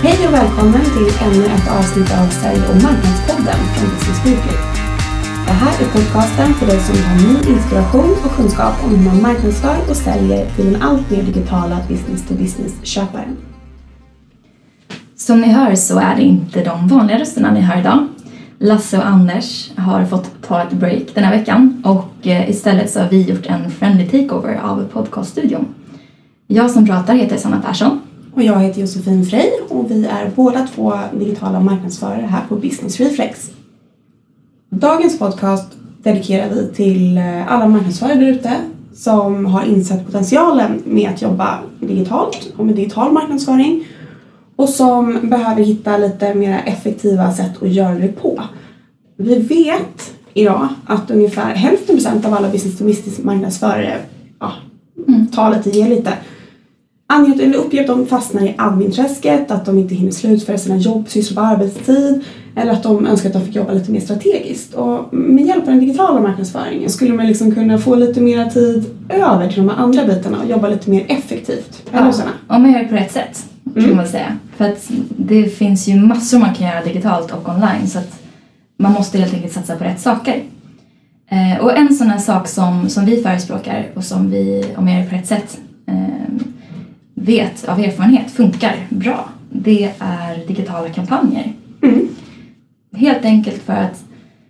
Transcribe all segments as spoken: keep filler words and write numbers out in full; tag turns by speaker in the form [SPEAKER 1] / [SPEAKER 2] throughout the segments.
[SPEAKER 1] Hej och välkommen till ännu ett avsnitt av Sälj- och marknadspodden från Business Weekly. Det här är podcasten för dig som vill ha ny inspiration och kunskap om hur man marknadsför och säljer till den allt mer digitala business-to-business-köparen.
[SPEAKER 2] Som ni hör så är det inte de vanliga rösterna ni hör idag. Lasse och Anders har fått ta ett break den här veckan och istället så har vi gjort en friendly takeover av podcaststudion. Jag som pratar heter Sanna Persson.
[SPEAKER 1] Och jag heter Josefin Frey och vi är båda två digitala marknadsförare här på Business Reflex. Dagens podcast dedikerar vi till alla marknadsförare där ute som har insett potentialen med att jobba digitalt och med digital marknadsföring och som behöver hitta lite mer effektiva sätt att göra det på. Vi vet idag att ungefär hälften procent av alla business-to-business marknadsförare ja,
[SPEAKER 2] mm.
[SPEAKER 1] tar lite, ger lite. Anger eller uppger att de fastnar i admin-träsket, att de inte hinner slutföra sina jobb, sysslor på arbetstid eller att de önskar att de fick jobba lite mer strategiskt. Och med hjälp av den digitala marknadsföringen skulle man liksom kunna få lite mer tid över till de här andra bitarna och jobba lite mer effektivt.
[SPEAKER 2] Ja, om man gör det på rätt sätt kan mm. man säga. För att det finns ju massor man kan göra digitalt och online så att man måste helt enkelt satsa på rätt saker. Eh, och en sån här sak som, som vi förespråkar och som vi, om man gör det på rätt sätt, eh, vet av erfarenhet funkar bra. Det är digitala kampanjer.
[SPEAKER 1] Mm.
[SPEAKER 2] Helt enkelt för att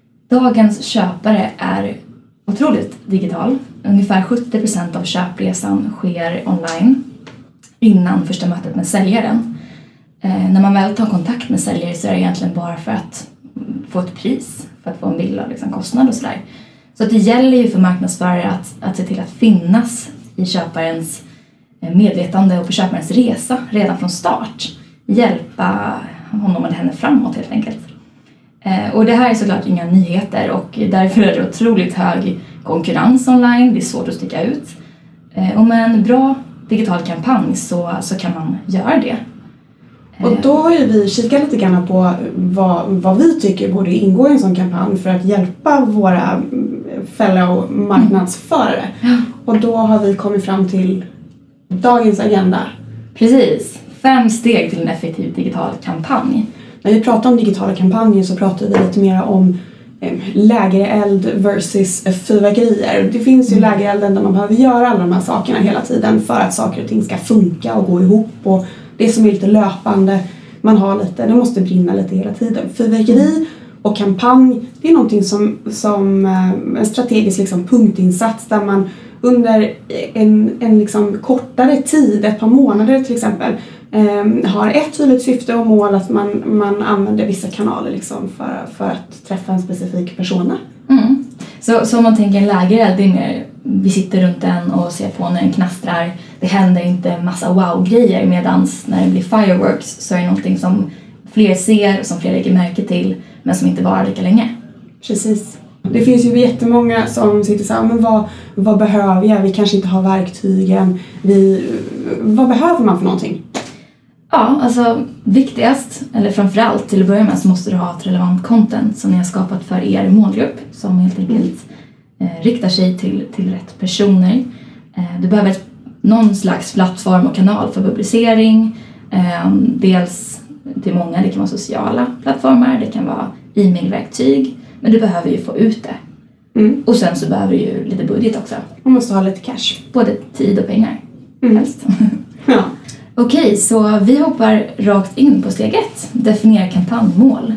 [SPEAKER 2] dagens köpare är otroligt digital. Ungefär sjuttio procent av köpresan sker online innan första mötet med säljaren. Eh, när man väl tar kontakt med säljare så är det egentligen bara för att få ett pris. För att få en bild av liksom kostnad och sådär. Så att det gäller ju för marknadsförare att, att se till att finnas i köparens medvetande och på köparens resa redan från start. Hjälpa honom eller henne framåt helt enkelt. Eh, och det här är såklart inga nyheter och därför är det otroligt hög konkurrens online. Det är svårt att sticka ut. Eh, och med en bra digital kampanj så, så kan man göra det.
[SPEAKER 1] Eh. Och då har ju vi kikat lite grann på vad, vad vi tycker borde ingå i en sån kampanj för att hjälpa våra fellow marknadsförare.
[SPEAKER 2] Mm.
[SPEAKER 1] Och då har vi kommit fram till dagens agenda.
[SPEAKER 2] Precis. Fem steg till en effektiv digital kampanj.
[SPEAKER 1] När vi pratar om digitala kampanjer så pratar vi lite mer om eh, lägereld versus fyrverkerier. Det finns ju mm. lägerelden där man behöver göra alla de här sakerna hela tiden för att saker och ting ska funka och gå ihop. Och det som är lite löpande, man har lite, det måste brinna lite hela tiden. Fyrverkeri mm. och kampanj, det är någonting som, som eh, en strategisk liksom, punktinsats där man under en, en liksom kortare tid, ett par månader till exempel, eh, har ett tydligt syfte och mål att man, man använder vissa kanaler liksom för, för att träffa en specifik persona.
[SPEAKER 2] Mm. Så, så om man tänker en lägereld, det är mer, vi sitter runt den och ser på när den knastrar. Det händer inte massa wow-grejer, medans när det blir fireworks så är det någonting som fler ser och som fler lägger märke till, men som inte varar lika länge.
[SPEAKER 1] Precis. Det finns ju jättemånga som sitter så här, men vad, vad behöver jag? Vi kanske inte har verktygen. Vi, vad behöver man för någonting?
[SPEAKER 2] Ja, alltså viktigast, eller framförallt till att börja med så måste du ha ett relevant content som ni har skapat för er målgrupp. Som helt enkelt eh, riktar sig till, till rätt personer. Eh, du behöver ett, någon slags plattform och kanal för publicering. Eh, dels till många, det kan vara sociala plattformar, det kan vara e-mailverktyg. Men du behöver ju få ut det. Mm. Och sen så behöver du ju lite budget också.
[SPEAKER 1] Man måste ha lite cash.
[SPEAKER 2] Både tid och pengar.
[SPEAKER 1] Mm.
[SPEAKER 2] Helst.
[SPEAKER 1] Ja.
[SPEAKER 2] Okej, så vi hoppar rakt in på steg ett. Definiera kampanjmål.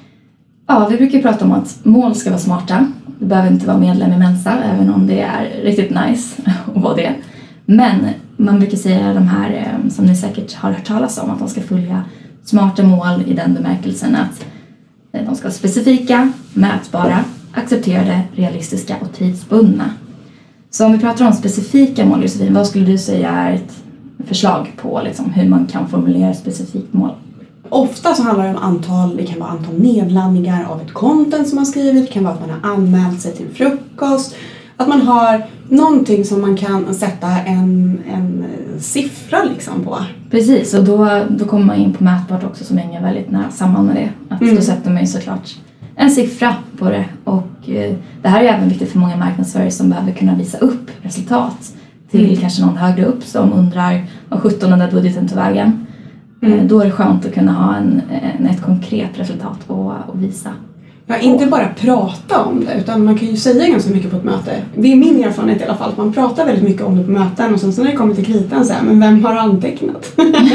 [SPEAKER 2] Ja, vi brukar prata om att mål ska vara smarta. Du behöver inte vara medlem i Mensa, även om det är riktigt nice att vara det. Men man brukar säga de här som ni säkert har hört talas om, att de ska följa smarta mål i den bemärkelsen att de ska vara specifika, mätbara, accepterade, realistiska och tidsbundna. Så om vi pratar om specifika mål, Josefin, vad skulle du säga är ett förslag på liksom, hur man kan formulera ett specifikt mål?
[SPEAKER 1] Ofta så handlar det om antal, det kan vara antal nedladdningar av ett content som man skrivit, det kan vara att man har anmält sig till frukost, att man har någonting som man kan sätta en, en siffra liksom på.
[SPEAKER 2] Precis, och då, då kommer man in på mätbart också som hänger väldigt nära samman med det. Att mm. Då sätter man ju såklart en siffra på det. Och eh, det här är även viktigt för många marknadsförare som behöver kunna visa upp resultat till mm. kanske någon högre upp som undrar vad sjutton den där budgeten tog vägen. Mm. Då är det skönt att kunna ha en, en, ett konkret resultat att, att visa.
[SPEAKER 1] Ja, inte bara prata om det, utan man kan ju säga ganska mycket på ett möte. Det är min erfarenhet i alla fall, att man pratar väldigt mycket om det på möten och sen så när det kommer till kritan så här, men vem har antecknat?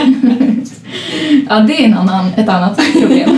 [SPEAKER 2] Ja, det är en annan, ett annat problem.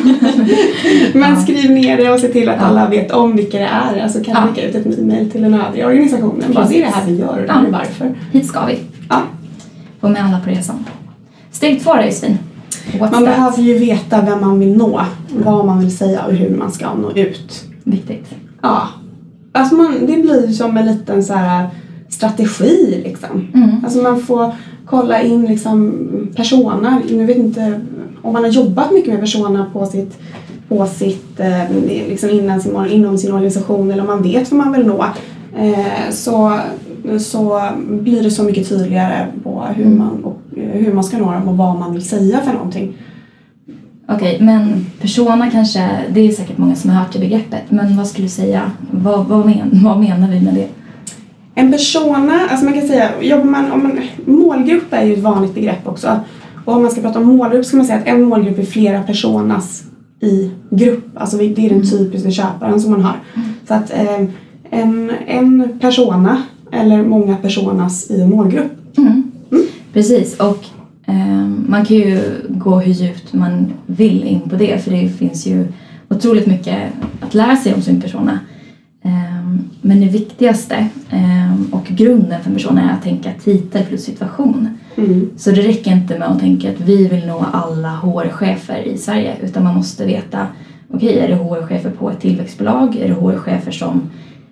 [SPEAKER 1] Men
[SPEAKER 2] ja.
[SPEAKER 1] Skriv ner det och se till att ja. alla vet om vilka det är. Alltså kan ja. skicka ut ett e-mail till den övriga organisationen. Bara, det är det här vi gör och det ja. är varför.
[SPEAKER 2] Hit ska vi.
[SPEAKER 1] Ja.
[SPEAKER 2] Få med alla på resan. Steg två är ju svin.
[SPEAKER 1] Man that? behöver ju veta vem man vill nå, vad man vill säga och hur man ska nå ut.
[SPEAKER 2] Viktigt.
[SPEAKER 1] Ja. Alltså man, det blir som en liten så här strategi liksom. Mm. Alltså man får kolla in liksom persona. Nu vet inte om man har jobbat mycket med persona på sitt, på sitt eh, liksom innan sin, inom sin organisation eller om man vet vad man vill nå. Eh, så, så blir det så mycket tydligare på hur man, och, hur man ska nå dem och vad man vill säga för någonting.
[SPEAKER 2] Okej, okay, men persona kanske, det är säkert många som har hört det begreppet, men vad skulle du säga, vad, vad, men, vad menar vi med det?
[SPEAKER 1] En persona, alltså man kan säga, jobbar man, om man, målgrupp är ju ett vanligt begrepp också. Och om man ska prata om målgrupp så kan man säga att en målgrupp är flera personas i grupp. Alltså det är den typiska köparen som man har. Mm. Så att eh, en, en persona eller många personas i en målgrupp.
[SPEAKER 2] Mm. Mm. Precis, och eh, man kan ju gå hur djupt man vill in på det. För det finns ju otroligt mycket att lära sig om sin persona. Men det viktigaste och grunden för en person är att tänka titel plus situation. Mm. Så det räcker inte med att tänka att vi vill nå alla H R-chefer i Sverige. Utan man måste veta, okej, okay, är det H R-chefer på ett tillväxtbolag? Är det H R-chefer som,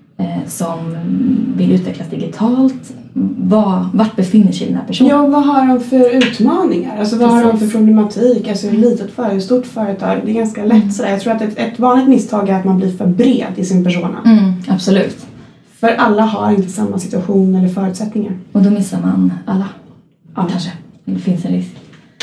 [SPEAKER 2] som vill utvecklas digitalt? Var, vart befinner sig den här personen?
[SPEAKER 1] Ja, vad har de för utmaningar? Alltså vad Precis. har de för problematik? Alltså ett litet företag, stort företag, det är ganska lätt mm. sådär. Jag tror att ett, ett vanligt misstag är att man blir för bred i sin persona.
[SPEAKER 2] Mm, absolut.
[SPEAKER 1] För alla har inte samma situation eller förutsättningar.
[SPEAKER 2] Och då missar man alla. Ja. Kanske. Det finns en risk.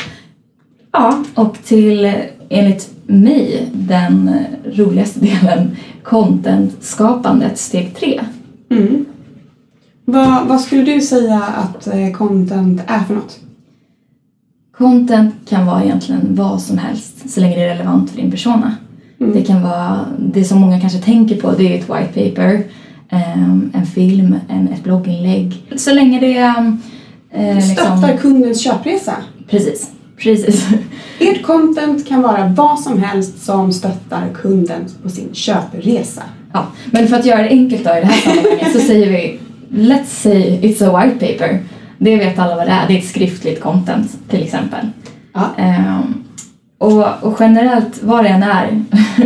[SPEAKER 2] Ja, och till enligt mig den roligaste delen, content-skapandet, steg tre.
[SPEAKER 1] Mm. Vad, vad skulle du säga att eh, content är för något?
[SPEAKER 2] Content kan vara egentligen vad som helst så länge det är relevant för din persona. Mm. Det kan vara, det som många kanske tänker på, det är ett white paper, um, en film, en, ett blogginlägg. Så länge det är... Eh,
[SPEAKER 1] Stöttar liksom, kundens köpresa.
[SPEAKER 2] Precis, precis.
[SPEAKER 1] Ert content kan vara vad som helst som stöttar kunden på sin köpresa.
[SPEAKER 2] Ja, men för att göra det enkelt då i det här sammanhanget så säger vi let's say it's a white paper. Det vet alla vad det är. Det är ett skriftligt content till exempel. Ja. Um, och, och generellt vad det än är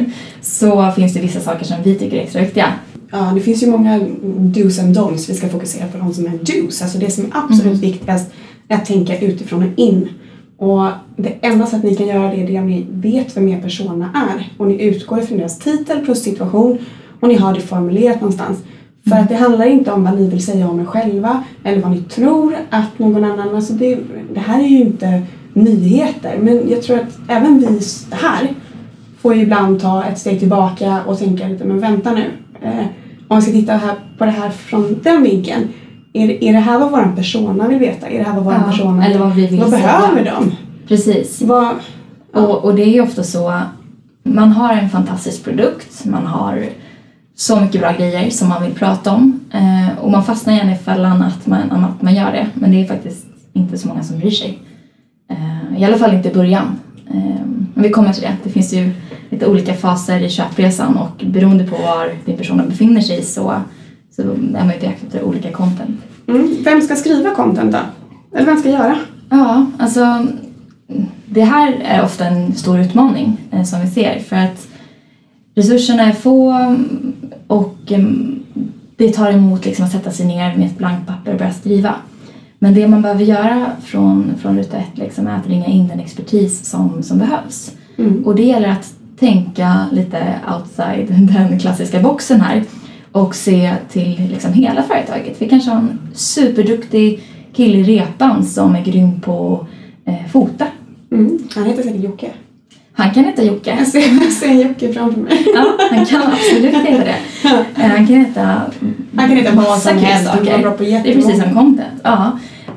[SPEAKER 2] så finns det vissa saker som vi tycker är extra viktiga.
[SPEAKER 1] Ja, det finns ju många do's and don'ts. Vi ska fokusera på de som är do's. Alltså det som är absolut mm. viktigast är att tänka utifrån och in. Och det enda sätt ni kan göra det är om ni vet vem er persona är. Och ni utgår från deras titel plus situation. Och ni har det formulerat någonstans. För att det handlar inte om vad ni vill säga om er själva. Eller vad ni tror att någon annan... Alltså det, det här är ju inte nyheter. Men jag tror att även vi här får ju ibland ta ett steg tillbaka och tänka lite, men vänta nu. Eh, om vi ska titta här på det här från den vinkeln. Är, är det här vad vår persona vill veta? Är det här vad vår ja, persona
[SPEAKER 2] eller vad vi vill
[SPEAKER 1] vad
[SPEAKER 2] säga?
[SPEAKER 1] Behöver de?
[SPEAKER 2] Precis.
[SPEAKER 1] Vad, ja.
[SPEAKER 2] och, och det är ju ofta så... Man har en fantastisk produkt. Man har så mycket bra grejer som man vill prata om. Eh, och man fastnar gärna i fällan att man, att man gör det. Men det är faktiskt inte så många som bryr sig. Eh, I alla fall inte i början. Eh, men vi kommer till det. Det finns ju lite olika faser i köpresan. Och beroende på var din person befinner sig så, så är man ute efter olika content.
[SPEAKER 1] Mm. Vem ska skriva content då? Eller vem ska göra?
[SPEAKER 2] Ja, alltså... Det här är ofta en stor utmaning eh, som vi ser. För att resurserna är få och eh, det tar emot liksom, att sätta sig ner med ett blankt papper och börja skriva. Men det man behöver göra från, från ruta ett liksom, är att ringa in den expertis som, som behövs. Mm. Och det gäller att tänka lite outside den klassiska boxen här. Och se till liksom, hela företaget. Vi kanske har en superduktig kille i repan som är grym på eh, fota.
[SPEAKER 1] Mm. Han heter säkert Jocke.
[SPEAKER 2] Han kan heta Jocke.
[SPEAKER 1] Jag ser, jag ser Jocke framför mig.
[SPEAKER 2] Ja, han kan absolut heta det. Han kan heta...
[SPEAKER 1] Han kan heta vad som helst. Han var bra på
[SPEAKER 2] Det är precis som content. Ja.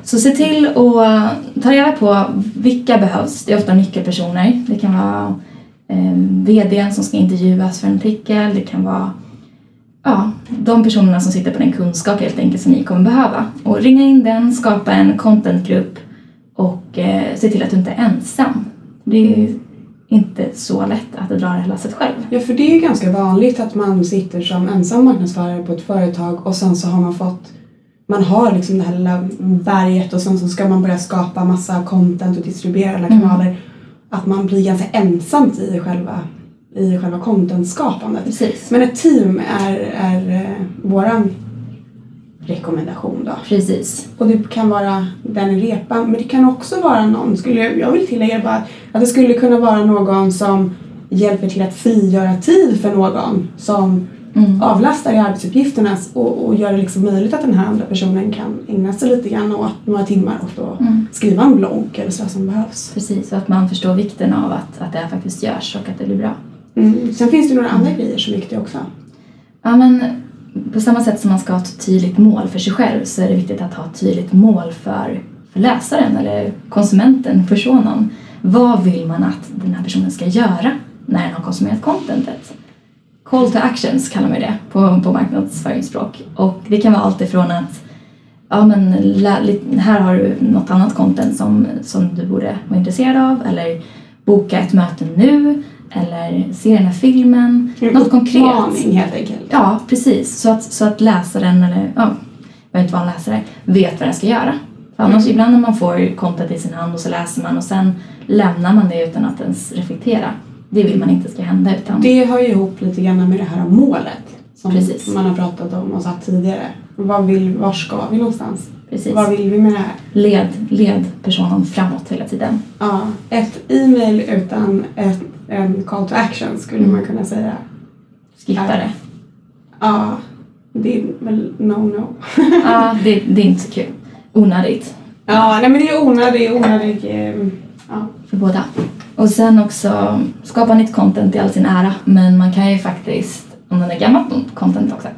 [SPEAKER 2] Så se till att ta reda på vilka behövs. Det är ofta nyckelpersoner. Det kan vara eh, vdn som ska intervjuas för en artikel. Det kan vara ja, de personerna som sitter på den kunskap helt enkelt som ni kommer behöva. Och ringa in den, skapa en contentgrupp och eh, se till att du inte är ensam. Det är ju inte så lätt att dra det hela lasset själv.
[SPEAKER 1] Ja, för det är ju ganska vanligt att man sitter som ensam marknadsförare på ett företag och sen så har man fått, man har liksom det här lilla berget och sen så ska man börja skapa massa content och distribuera alla kanaler. Mm. Att man blir ganska ensamt i själva, i själva contentskapandet.
[SPEAKER 2] Precis.
[SPEAKER 1] Men ett team är, är våran rekommendation då.
[SPEAKER 2] Precis.
[SPEAKER 1] Och det kan vara den i repan, men det kan också vara någon, skulle jag, jag vill tillägga bara att det skulle kunna vara någon som hjälper till att frigöra tid för någon som mm. avlastar i arbetsuppgifterna och, och gör det liksom möjligt att den här andra personen kan ägna sig lite grann åt några timmar och då mm. skriva en blogg eller så som behövs.
[SPEAKER 2] Precis, och att man förstår vikten av att, att det faktiskt görs och att det blir bra.
[SPEAKER 1] Mm. Sen finns det några andra grejer som är viktiga också.
[SPEAKER 2] Ja, men på samma sätt som man ska ha ett tydligt mål för sig själv så är det viktigt att ha ett tydligt mål för, för läsaren eller konsumenten, personen. Vad vill man att den här personen ska göra när den har konsumerat contentet? Call to actions kallar man det på, på marknadsföringsspråk. Och det kan vara allt ifrån att ja, men, här har du något annat content som, som du borde vara intresserad av. Eller boka ett möte nu. Eller se den här filmen. Mm, något konkret.
[SPEAKER 1] Uppmaning helt enkelt.
[SPEAKER 2] Ja, precis. Så att, så att läsaren, eller ja, jag vet inte vad en läsare, vet vad den ska göra. För annars mm. ibland när man får content i sin hand och så läser man och sen lämnar man det utan att ens reflektera. Det vill man inte ska hända. Utan
[SPEAKER 1] det hör ju ihop lite grann med det här målet. Som
[SPEAKER 2] precis.
[SPEAKER 1] Man har pratat om och sagt tidigare. Vad vill, var ska vi någonstans?
[SPEAKER 2] Precis.
[SPEAKER 1] Vad vill vi med det här?
[SPEAKER 2] Led, led personen framåt hela tiden.
[SPEAKER 1] Ja, ett e-mail utan ett, en call to action skulle mm. man kunna säga.
[SPEAKER 2] Skippa det.
[SPEAKER 1] Ja, det är väl no-no.
[SPEAKER 2] Ja, det, det är inte så kul. Onödigt.
[SPEAKER 1] Ja, nej men det är onödigt, onödigt. Ja.
[SPEAKER 2] För båda. Och sen också skapa nytt content i all sin ära. Men man kan ju faktiskt, om den är gammalt content också.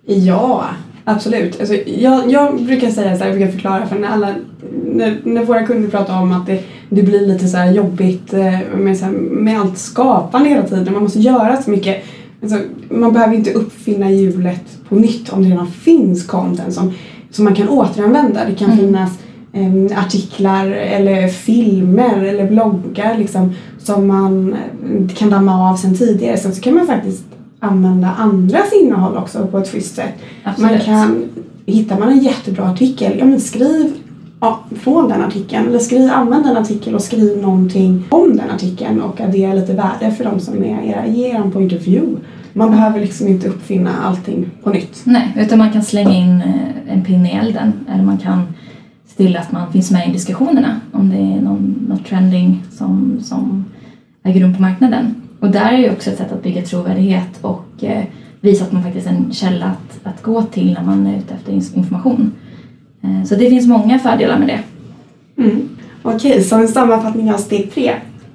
[SPEAKER 1] Ja, absolut. Alltså, jag, jag brukar säga så här, jag brukar förklara för när alla, när, när våra kunder pratar om att det, det blir lite så här jobbigt med, så här, med allt skapande hela tiden. Man måste göra så mycket. Alltså, man behöver inte uppfinna hjulet på nytt om det redan finns content som, som man kan återanvända. Det kan mm. finnas eh, artiklar eller filmer eller bloggar liksom, som man kan damma av sen tidigare. Sen så kan man faktiskt använda andras innehåll också på ett schysst sätt.
[SPEAKER 2] Absolut.
[SPEAKER 1] Man kan, hittar man en jättebra artikel, ja men skriv ja, från den artikeln. Eller skriv, använd den artikeln och skriv någonting om den artikeln och addera lite värde för de som är era, ge en point of view. Man behöver liksom inte uppfinna allting på nytt.
[SPEAKER 2] Nej, utan man kan slänga in en pinne i elden. Eller man kan se till att man finns med i diskussionerna om det är någon, något trending som, som äger rum på marknaden. Och där är ju också ett sätt att bygga trovärdighet och eh, visa att man faktiskt är en källa att, att gå till när man är ute efter information. Eh, så det finns många fördelar med det.
[SPEAKER 1] Mm. Okej, så en sammanfattning av steg tre.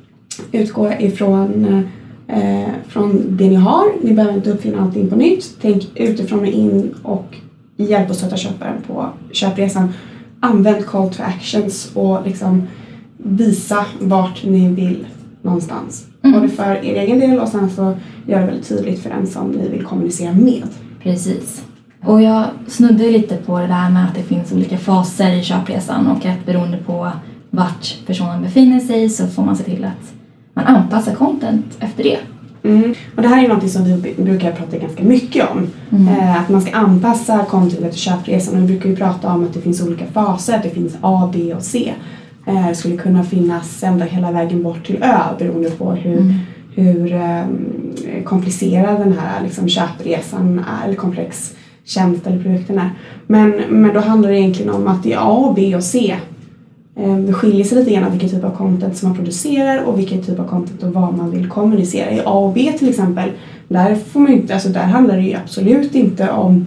[SPEAKER 1] Utgå ifrån eh, från det ni har. Ni behöver inte uppfinna allting på nytt. Tänk utifrån och in och hjälp att stötta köparen på köpresan. Använd call to actions och liksom visa vart ni vill någonstans. Mm. Både för er egen del och sen så gör det väldigt tydligt för den som ni vill kommunicera med.
[SPEAKER 2] Precis. Och jag snuddade lite på det där med att det finns olika faser i köpresan och att beroende på vart personen befinner sig så får man se till att man anpassar content efter det.
[SPEAKER 1] Mm. Och det här är något som vi brukar prata ganska mycket om. Mm. Eh, att man ska anpassa content efter köpresan. Och vi brukar ju prata om att det finns olika faser. Att det finns A, B och C. Eh, det skulle kunna finnas ända hela vägen bort till Ö beroende på hur, mm. hur eh, komplicerad den här liksom, köpresan är. Eller komplex tjänst eller produkten är. Men, men då handlar det egentligen om att det är A, B och C. Det skiljer sig lite grann av vilken typ av content som man producerar och vilken typ av content och vad man vill kommunicera. I A och B till exempel, där, får man inte, alltså där handlar det ju absolut inte om,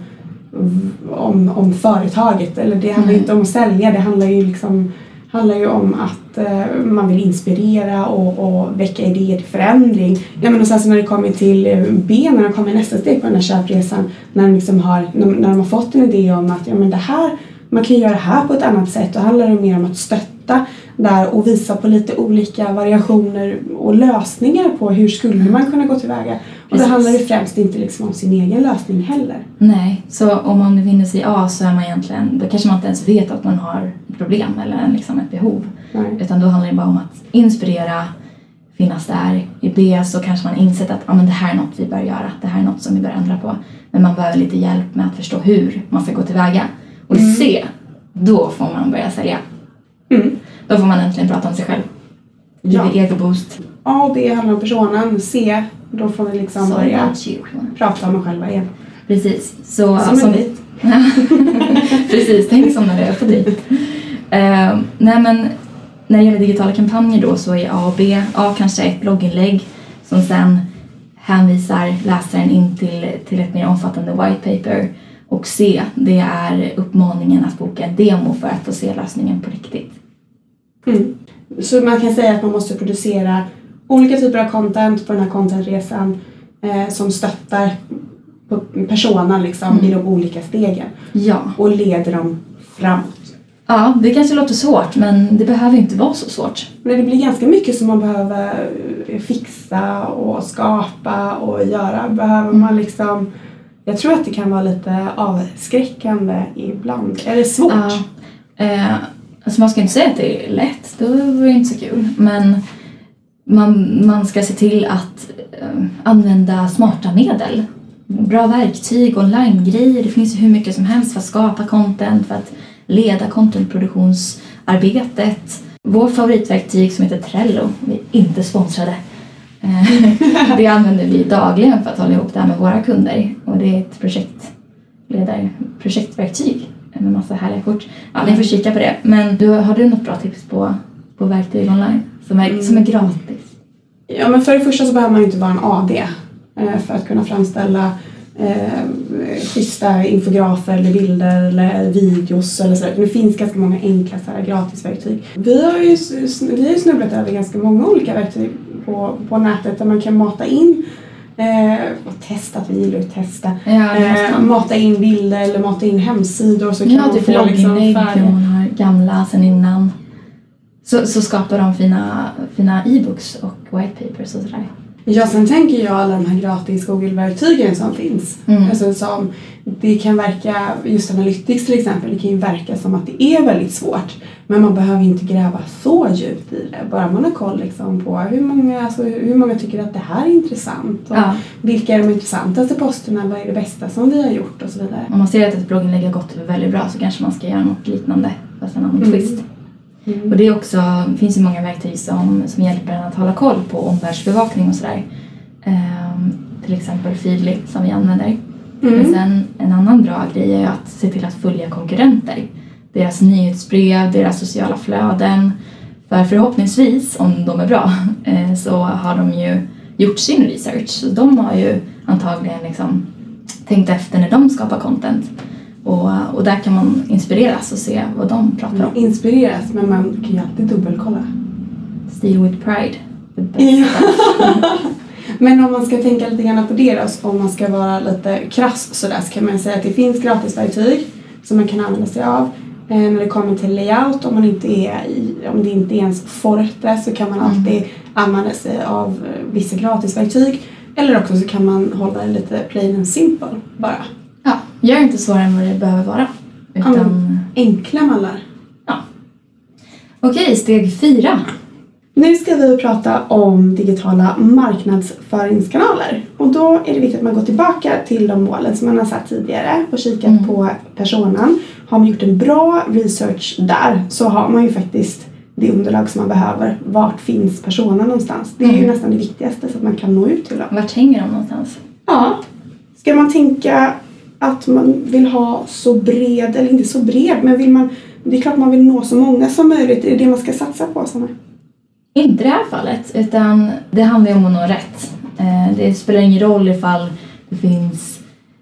[SPEAKER 1] om, om företaget. Eller det handlar mm. inte om att sälja, det handlar ju, liksom, handlar ju om att eh, man vill inspirera och, och väcka idéer till förändring. Ja, men och sen så när det kommer till B, när de kommer nästa steg på den här köpresan, när de, liksom har, när, när de har fått en idé om att ja, men det här man kan göra det här på ett annat sätt. Då handlar det mer om att stötta där och visa på lite olika variationer och lösningar på hur skulle man kunna gå tillväga. Och Precis. Det handlar ju främst inte liksom om sin egen lösning heller.
[SPEAKER 2] Nej, så om man befinner sig i A så är man egentligen, då kanske man inte ens vet att man har ett problem eller liksom ett behov. Nej. Utan då handlar det bara om att inspirera, finnas där. I B så kanske man insett att ah, men det här är något vi bör göra, det här är något som vi bör ändra på. Men man behöver lite hjälp med att förstå hur man ska gå tillväga. Och mm. C, då får man börja sälja. Mm. Då får man äntligen prata om sig själv.
[SPEAKER 1] Ja.
[SPEAKER 2] Det är ego-boost.
[SPEAKER 1] A och B handlar om personen. C, då får vi liksom så börja prata om oss själva igen.
[SPEAKER 2] Precis. Så,
[SPEAKER 1] som som dit.
[SPEAKER 2] Precis, tänk som när det är på dit. Uh, nej men, när det gäller digitala kampanjer då så är A och B. A kanske ett blogginlägg som sen hänvisar läsaren in till, till ett mer omfattande white paper. Och C, det är uppmaningen att boka en demo för att få se lösningen på riktigt.
[SPEAKER 1] Mm. Så man kan säga att man måste producera olika typer av content på den här contentresan eh, som stöttar på personen liksom, mm. i de olika stegen.
[SPEAKER 2] Ja.
[SPEAKER 1] Och leder dem framåt.
[SPEAKER 2] Ja, det kanske låter svårt, men det behöver inte vara så svårt.
[SPEAKER 1] Men det blir ganska mycket som man behöver fixa och skapa och göra. Behöver mm. man liksom... Jag tror att det kan vara lite avskräckande ibland. Är det svårt?
[SPEAKER 2] Ja. Eh, alltså man ska inte säga att det är lätt. Då är det inte så kul. Men man, man ska se till att eh, använda smarta medel. Bra verktyg, online-grejer. Det finns ju hur mycket som helst för att skapa content. För att leda contentproduktionsarbetet. Vår favoritverktyg som heter Trello. Vi är inte sponsrade. Det använder vi dagligen för att hålla ihop det här med våra kunder. Och det är ett projektledare, projektverktyg med massa härliga kort. Ja, ni får kika på det. Men du, har du något bra tips på, på verktyg online som är, mm. som är gratis?
[SPEAKER 1] Ja, men för det första så behöver man ju inte vara en A D för att kunna framställa eh, schyssta infografer eller bilder eller videos eller så. Det finns ganska många enkla så här, gratisverktyg. Vi har ju vi har ju snubblat över ganska många olika verktyg på, på nätet där man kan mata in eh, och testa, att vi gillar att testa.
[SPEAKER 2] Ja,
[SPEAKER 1] eh, mata in bilder eller mata in hemsidor så kan
[SPEAKER 2] ja,
[SPEAKER 1] man
[SPEAKER 2] typ
[SPEAKER 1] få liksom
[SPEAKER 2] färdiga. Man har gamla sen innan. Så, så skapar de fina, fina e-books och white papers och sådär.
[SPEAKER 1] Ja, sen tänker jag alla de här gratis Google-verktygen som finns. Mm. Alltså som, det kan verka, just Analytics till exempel, det kan ju verka som att det är väldigt svårt. Men man behöver inte gräva så djupt i det. Bara man har koll liksom på hur många, alltså hur många tycker att det här är intressant. Och
[SPEAKER 2] ja.
[SPEAKER 1] Vilka är de intressantaste posterna, vad är det bästa som vi har gjort och så vidare.
[SPEAKER 2] Om man ser att ett blogginlägg har gått väldigt bra så kanske man ska göra något liknande fast en annan mm. twist. Mm. Och det är också, det finns ju många verktyg som, som hjälper en att hålla koll på omvärldsbevakning och sådär. Um, till exempel Feedly som vi använder. Mm. Men sen en annan bra grej är att se till att följa konkurrenter. Deras nyhetsbrev, deras sociala flöden. För förhoppningsvis, om de är bra, eh, så har de ju gjort sin research. Så de har ju antagligen liksom tänkt efter när de skapar content. Och, och där kan man inspireras och se vad de pratar om.
[SPEAKER 1] Inspireras, men man kan ju alltid dubbelkolla.
[SPEAKER 2] Steal with pride.
[SPEAKER 1] Ja. Men om man ska tänka lite grann på det då, om man ska vara lite krass sådär, så kan man säga att det finns gratisverktyg som man kan använda sig av. Eh, när det kommer till layout, om, man inte är i, om det inte är ens Forte, så kan man alltid mm. använda sig av vissa gratisverktyg. Eller också så kan man hålla det lite plain and simple bara.
[SPEAKER 2] Ja, gör inte svårare än vad det behöver vara. Utan...
[SPEAKER 1] Um, enkla mallar.
[SPEAKER 2] Ja. Okej, steg fyra.
[SPEAKER 1] Nu ska vi prata om digitala marknadsföringskanaler. Och då är det viktigt att man går tillbaka till de målen som man har satt tidigare och kikat mm. på personen. Har man gjort en bra research där så har man ju faktiskt det underlag som man behöver. Vart finns personen någonstans? Det är mm. ju nästan det viktigaste så att man kan nå ut till dem.
[SPEAKER 2] Vart hänger de någonstans?
[SPEAKER 1] Ja. Ska man tänka att man vill ha så bred, eller inte så bred, men vill man, det är klart man vill nå så många som möjligt. Det är det man ska satsa på. Sådana.
[SPEAKER 2] Inte det här fallet, utan det handlar ju om att nå rätt. Det spelar ingen roll ifall det finns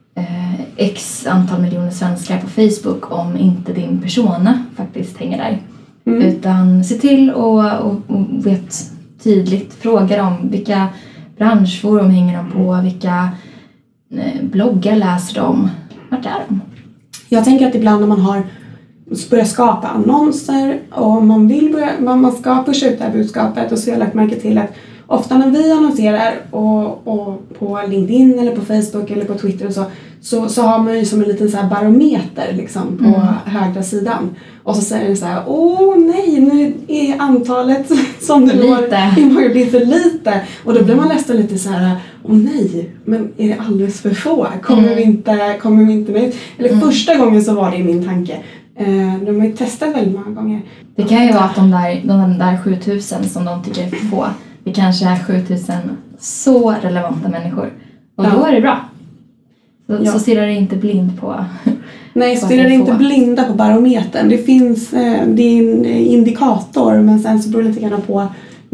[SPEAKER 2] x antal miljoner svenskar på Facebook om inte din persona faktiskt hänger där. Mm. Utan se till och, och, och vet tydligt, fråga dem vilka branschforum hänger de på, vilka bloggar läser de, vart är de?
[SPEAKER 1] Jag tänker att ibland när man har börja skapa annonser och man vill börja, man, man ska pusha ut det här budskapet. Och så har jag lagt märke till att ofta när vi annonserar och, och på LinkedIn eller på Facebook eller på Twitter och så, så, så har man ju som en liten så här barometer liksom på mm. högra sidan. Och så säger den så här: åh nej, nu är antalet som det låg i blivit för lite. Och då blir man nästan lite så här: åh nej, men är det alldeles för få? Kommer mm. vi inte, kommer vi inte med ut? Eller mm. första gången så var det i min tanke. Eh, de har ju testat väldigt många gånger.
[SPEAKER 2] Det kan ju vara att de där, de där sjutusen som de tycker är för få, det kanske är sjutusen så relevanta människor. Och ja. Då är det bra. Så, ja. så stirrar det inte blind på...
[SPEAKER 1] Nej, stirrar det inte blinda på barometern. Det finns, det är en indikator, men sen så beror det lite grann på,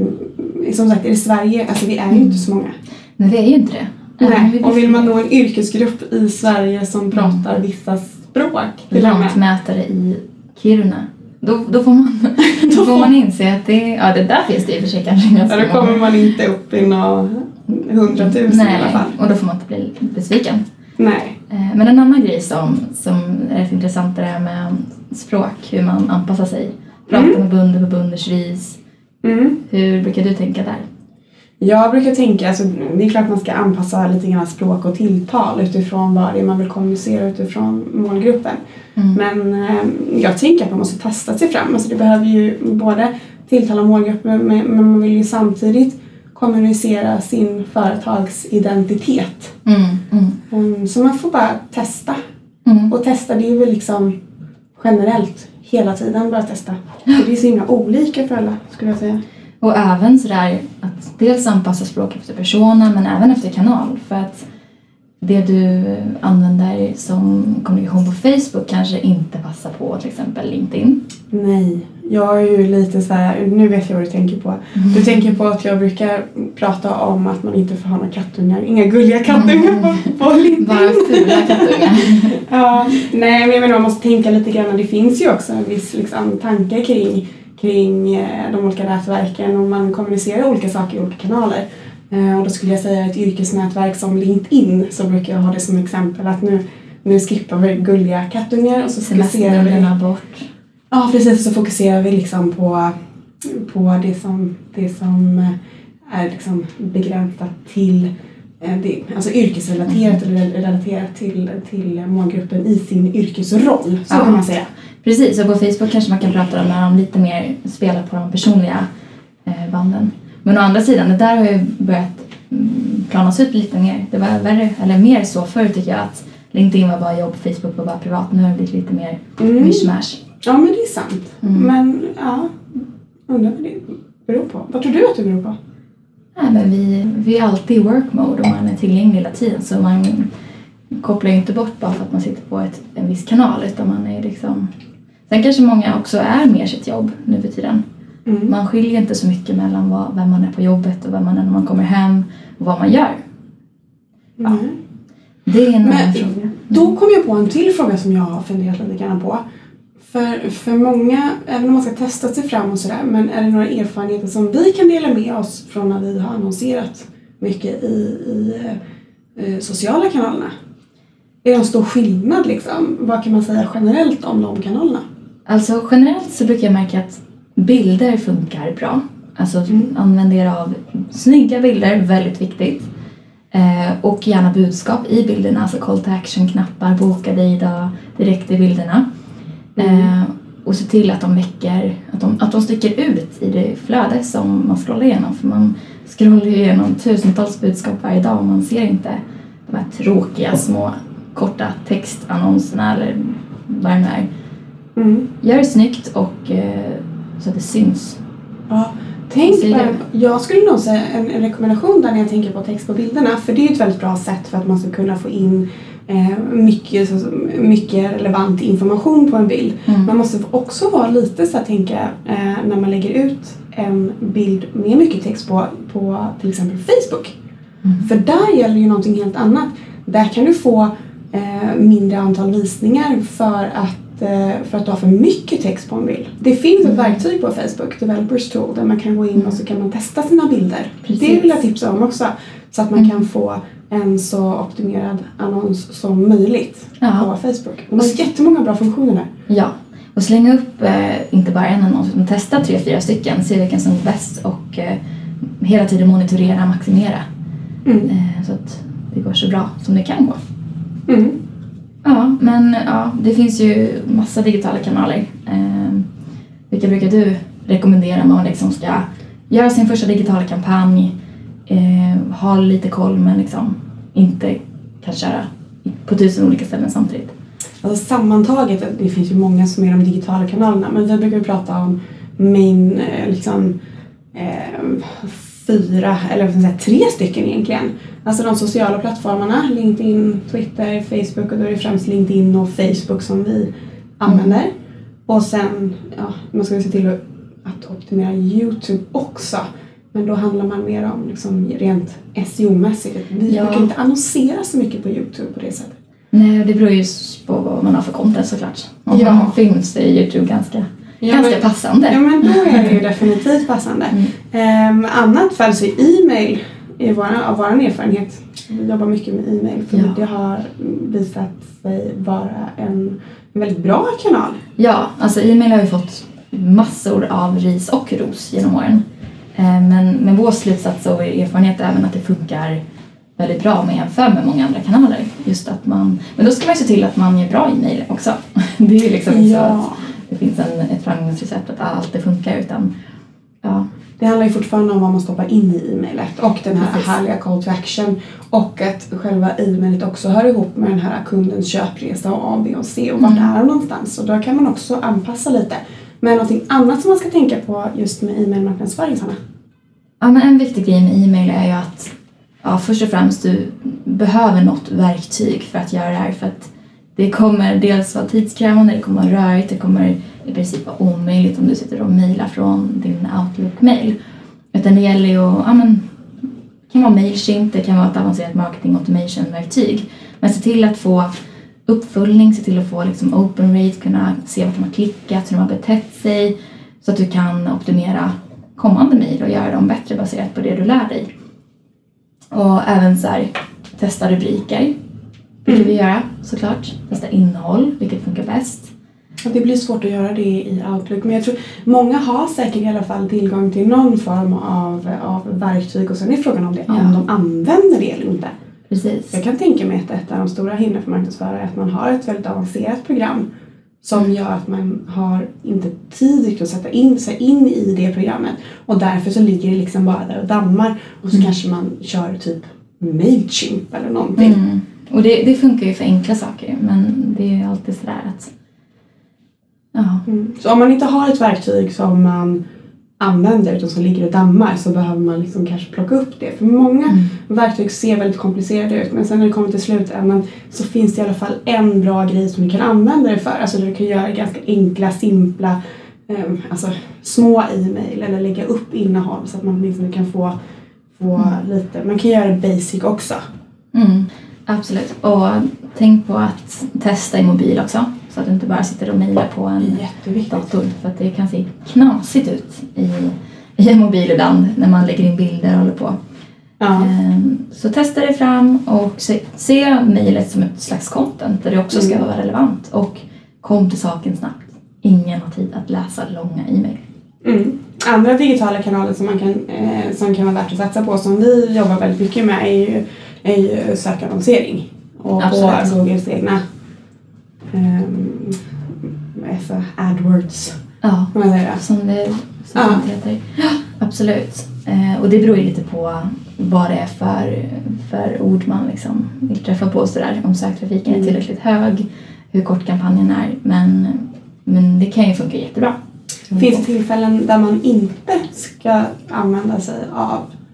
[SPEAKER 1] som sagt, är det Sverige, alltså vi är ju mm. inte så många.
[SPEAKER 2] Men vi är ju inte det.
[SPEAKER 1] Nej, och vill man nå en yrkesgrupp i Sverige som pratar mm. vissa språk.
[SPEAKER 2] Lantmätare i Kiruna. Då, då får man då får man inse att det, ja, det där finns det i och för sig kanske ganska
[SPEAKER 1] många. Då kommer man inte upp i några hundratusen i alla fall.
[SPEAKER 2] Och då får man inte bli besviken.
[SPEAKER 1] Nej.
[SPEAKER 2] Men en annan grej som, som är rätt intressant är det här med språk, hur man anpassar sig. Prata mm. med bönder på bönders vis. Mm. Hur brukar du tänka där?
[SPEAKER 1] Jag brukar tänka, alltså, det är klart man ska anpassa lite grann språk och tilltal utifrån vad det är man vill kommunicera utifrån målgruppen. Mm. Men eh, jag tänker att man måste testa sig fram. Alltså, det behöver ju både tilltala målgruppen, men, men man vill ju samtidigt kommunicera sin företagsidentitet. Mm. Mm. Um, så man får bara testa. Mm. Och testa, det är väl liksom generellt hela tiden bara testa. För det är så himla olika för alla, skulle jag säga.
[SPEAKER 2] Och även sådär att dels anpassa språk efter persona, men även efter kanal. För att det du använder som kommunikation på Facebook kanske inte passar på till exempel LinkedIn.
[SPEAKER 1] Nej, jag är ju lite så här, nu vet jag vad du tänker på. Mm. Du tänker på att jag brukar prata om att man inte får ha några kattungar, inga gulliga kattungar mm. på, på LinkedIn.
[SPEAKER 2] Bara fula kattungar.
[SPEAKER 1] Ja, nej, men jag menar, man måste tänka lite grann. Det finns ju också en viss liksom, tanke kring kring de olika nätverken och man kommunicerar olika saker i olika kanaler. Och då skulle jag säga ett yrkesnätverk som LinkedIn, så brukar jag ha det som exempel att nu, nu skippar vi gulliga kattungar och så fokuserar vi
[SPEAKER 2] bort.
[SPEAKER 1] Ja, precis, så fokuserar vi liksom på, på det som, det som är liksom begränsat till det, alltså yrkesrelaterat mm. eller relaterat till, till målgruppen i sin yrkesroll, så ja. Kan man säga.
[SPEAKER 2] Precis, och på Facebook kanske man kan prata om när de lite mer spelar på de personliga eh, banden. Men å andra sidan, det där har ju börjat mm, planas ut lite mer. Det var värre, eller mer så förr tycker jag, att LinkedIn var bara jobb, Facebook var bara privat. Nu har det blivit lite mer mm. mishmash.
[SPEAKER 1] Ja, men det är sant. Mm. Men ja, undrar vad det beror på. Vad tror du att det beror på?
[SPEAKER 2] Nej, men vi, vi är alltid i work mode och man är tillgänglig hela tiden. Så man kopplar ju inte bort bara för att man sitter på ett, en viss kanal, utan man är liksom... Sen kanske många också är mer sitt jobb nu för tiden. Mm. Man skiljer inte så mycket mellan vad, vem man är på jobbet och vem man är när man kommer hem och vad man gör. Ja. Mm. Det är en annan fråga. Mm.
[SPEAKER 1] Då kom jag på en till fråga som jag har funderat lite grann på. För, för många, även om man ska testa sig fram och sådär, men är det några erfarenheter som vi kan dela med oss från när vi har annonserat mycket i, i eh, sociala kanalerna? Är det en stor skillnad liksom? Vad kan man säga generellt om de kanalerna?
[SPEAKER 2] Alltså generellt så brukar jag märka att bilder funkar bra. Alltså mm. använd er av snygga bilder, väldigt viktigt. Eh, och gärna budskap i bilderna, alltså call to action-knappar, boka dig idag direkt i bilderna. Mm. Eh, och se till att de väcker, att de, att de sticker ut i det flöde som man scrollar igenom. För man scrollar igenom tusentals budskap varje dag och man ser inte de här tråkiga små korta textannonserna eller vad det nu är. Mm. Gör det snyggt och eh, så att det syns.
[SPEAKER 1] Ja, tänk på, jag skulle nog säga en, en rekommendation där när jag tänker på text på bilderna, för det är ju ett väldigt bra sätt för att man ska kunna få in eh, mycket, så, mycket relevant information på en bild. Mm. Man måste också vara lite så att tänka eh, när man lägger ut en bild med mycket text på, på till exempel Facebook. Mm. För där gäller ju någonting helt annat. Där kan du få eh, mindre antal visningar för att, eh, för att du har för mycket text på en bild. Det finns mm. ett verktyg på Facebook, Developers Tool, där man kan gå in mm. och så kan man testa sina bilder. Precis. Det vill jag tipsa om också. Så att man mm. kan få en så optimerad annons som möjligt ja. På Facebook. Och det är jättemånga bra funktioner där.
[SPEAKER 2] Ja, Och slänga upp eh, inte bara en annons utan testa tre, fyra stycken. Se vilken som är bäst och eh, hela tiden monitorera, maximera. Mm. Eh, så att det går så bra som det kan gå.
[SPEAKER 1] Mm.
[SPEAKER 2] Ja, men ja, det finns ju massa digitala kanaler. Eh, vilka brukar du rekommendera om man liksom ska göra sin första digitala kampanj? Eh, ha lite koll men liksom inte kan köra på tusen olika ställen samtidigt.
[SPEAKER 1] Alltså sammantaget, det finns ju många som är de digitala kanalerna, men vi brukar prata om min liksom eh, fyra, eller vad ska jag säga, tre stycken egentligen. Alltså de sociala plattformarna, LinkedIn, Twitter, Facebook, och då är det främst LinkedIn och Facebook som vi använder. Mm. Och sen, ja, man ska se till att, att optimera YouTube också. Men då handlar man mer om liksom rent S E O-mässigt. Vi ja. brukar inte annonsera så mycket på YouTube på det sättet.
[SPEAKER 2] Nej, det beror ju på vad man har för content såklart. Om ja. man har film så är YouTube ganska, ja, ganska men, passande.
[SPEAKER 1] Ja, men då är det ju definitivt passande. Mm. Um, annat fall så är e-mail är våra, av vår erfarenhet. Vi jobbar mycket med e-mail för ja. det har visat sig vara en, en väldigt bra kanal.
[SPEAKER 2] Ja, alltså e-mail har ju fått massor av ris och ros genom åren. Men, men vår slutsats och erfarenhet är även att det funkar väldigt bra med jämför med många andra kanaler. Just att man, men då ska man se till att man ger bra e-mail också. Det är ju liksom inte ja. så att det finns en, ett framgångsrecept att allt det funkar, utan ja.
[SPEAKER 1] Det handlar ju fortfarande om vad man stoppar in i e-mailet och den här Precis. härliga call to action, och att själva e-mailet också hör ihop med den här kundens köpresa och A, B och C och vart mm. är de någonstans. Och då kan man också anpassa lite. Men någonting annat som man ska tänka på just med e-mail-marknadsföring, Sanna?
[SPEAKER 2] Ja, men en viktig grej med e-mail är ju att ja, först och främst du behöver något verktyg för att göra det här. För att det kommer dels vara tidskrävande, det kommer vara rörigt, det kommer i princip vara omöjligt om du sitter och mejlar från din Outlook-mail. Utan det gäller ju att, ja men, det kan vara Mailchimp, det kan vara ett avancerat marketing automation-verktyg. Men se till att få uppföljning, se till att få liksom open rate, kunna se vart de har klickat, hur de har betett sig, så att du kan optimera kommande mejl och göra dem bättre baserat på det du lär dig. Och även så här, testa rubriker, vilket vi göra såklart. Testa innehåll, vilket funkar bäst.
[SPEAKER 1] Ja, det blir svårt att göra det i Outlook, men jag tror många har säkert i alla fall tillgång till någon form av, av verktyg, och sen är frågan om, det, ja. om de använder det eller inte.
[SPEAKER 2] Precis.
[SPEAKER 1] Jag kan tänka mig att ett av de stora hindren för marknadsförare är att man har ett väldigt avancerat program som gör att man har inte tid att sätta in sig in i det programmet, och därför så ligger det liksom bara där och dammar, och så mm. kanske man kör typ Mailchimp eller någonting.
[SPEAKER 2] Mm. Och det, det funkar ju för enkla saker, men det är ju alltid sådär att ja.
[SPEAKER 1] Mm. Så om man inte har ett verktyg som man använder utan som ligger och dammar, så behöver man liksom kanske plocka upp det. För många mm. verktyg ser väldigt komplicerade ut, men sen när det kommer till slutändan så finns det i alla fall en bra grej som du kan använda det för. Alltså du kan göra ganska enkla, simpla, eh, alltså små e-mail eller lägga upp innehåll så att man liksom kan få, få mm. lite. Man kan göra det basic också.
[SPEAKER 2] Mm. Absolut. Och tänk på att testa i mobil också. Så att du inte bara sitter och mejlar på en dator. För att det kan se knasigt ut i, i en mobil ibland när man lägger in bilder och håller på. Ja. Så testa det fram och se, se mejlet som ett slags content där det också ska mm. vara relevant. Och kom till saken snabbt. Ingen har tid att läsa långa e-mail.
[SPEAKER 1] Mm. Andra digitala kanaler som, man kan, eh, som kan vara värt att satsa på, som vi jobbar väldigt mycket med, är ju, är ju sökannonsering. Och på Googles egna um, alltså AdWords.
[SPEAKER 2] Ja, som det, som ja. det heter. Ja, absolut. Eh, och det beror ju lite på vad det är för, för ord man liksom vill träffa på sådär. Om söktrafiken mm. är tillräckligt hög, hur kort kampanjen är. Men, men det kan ju funka jättebra.
[SPEAKER 1] Finns det tillfällen där man inte ska använda sig av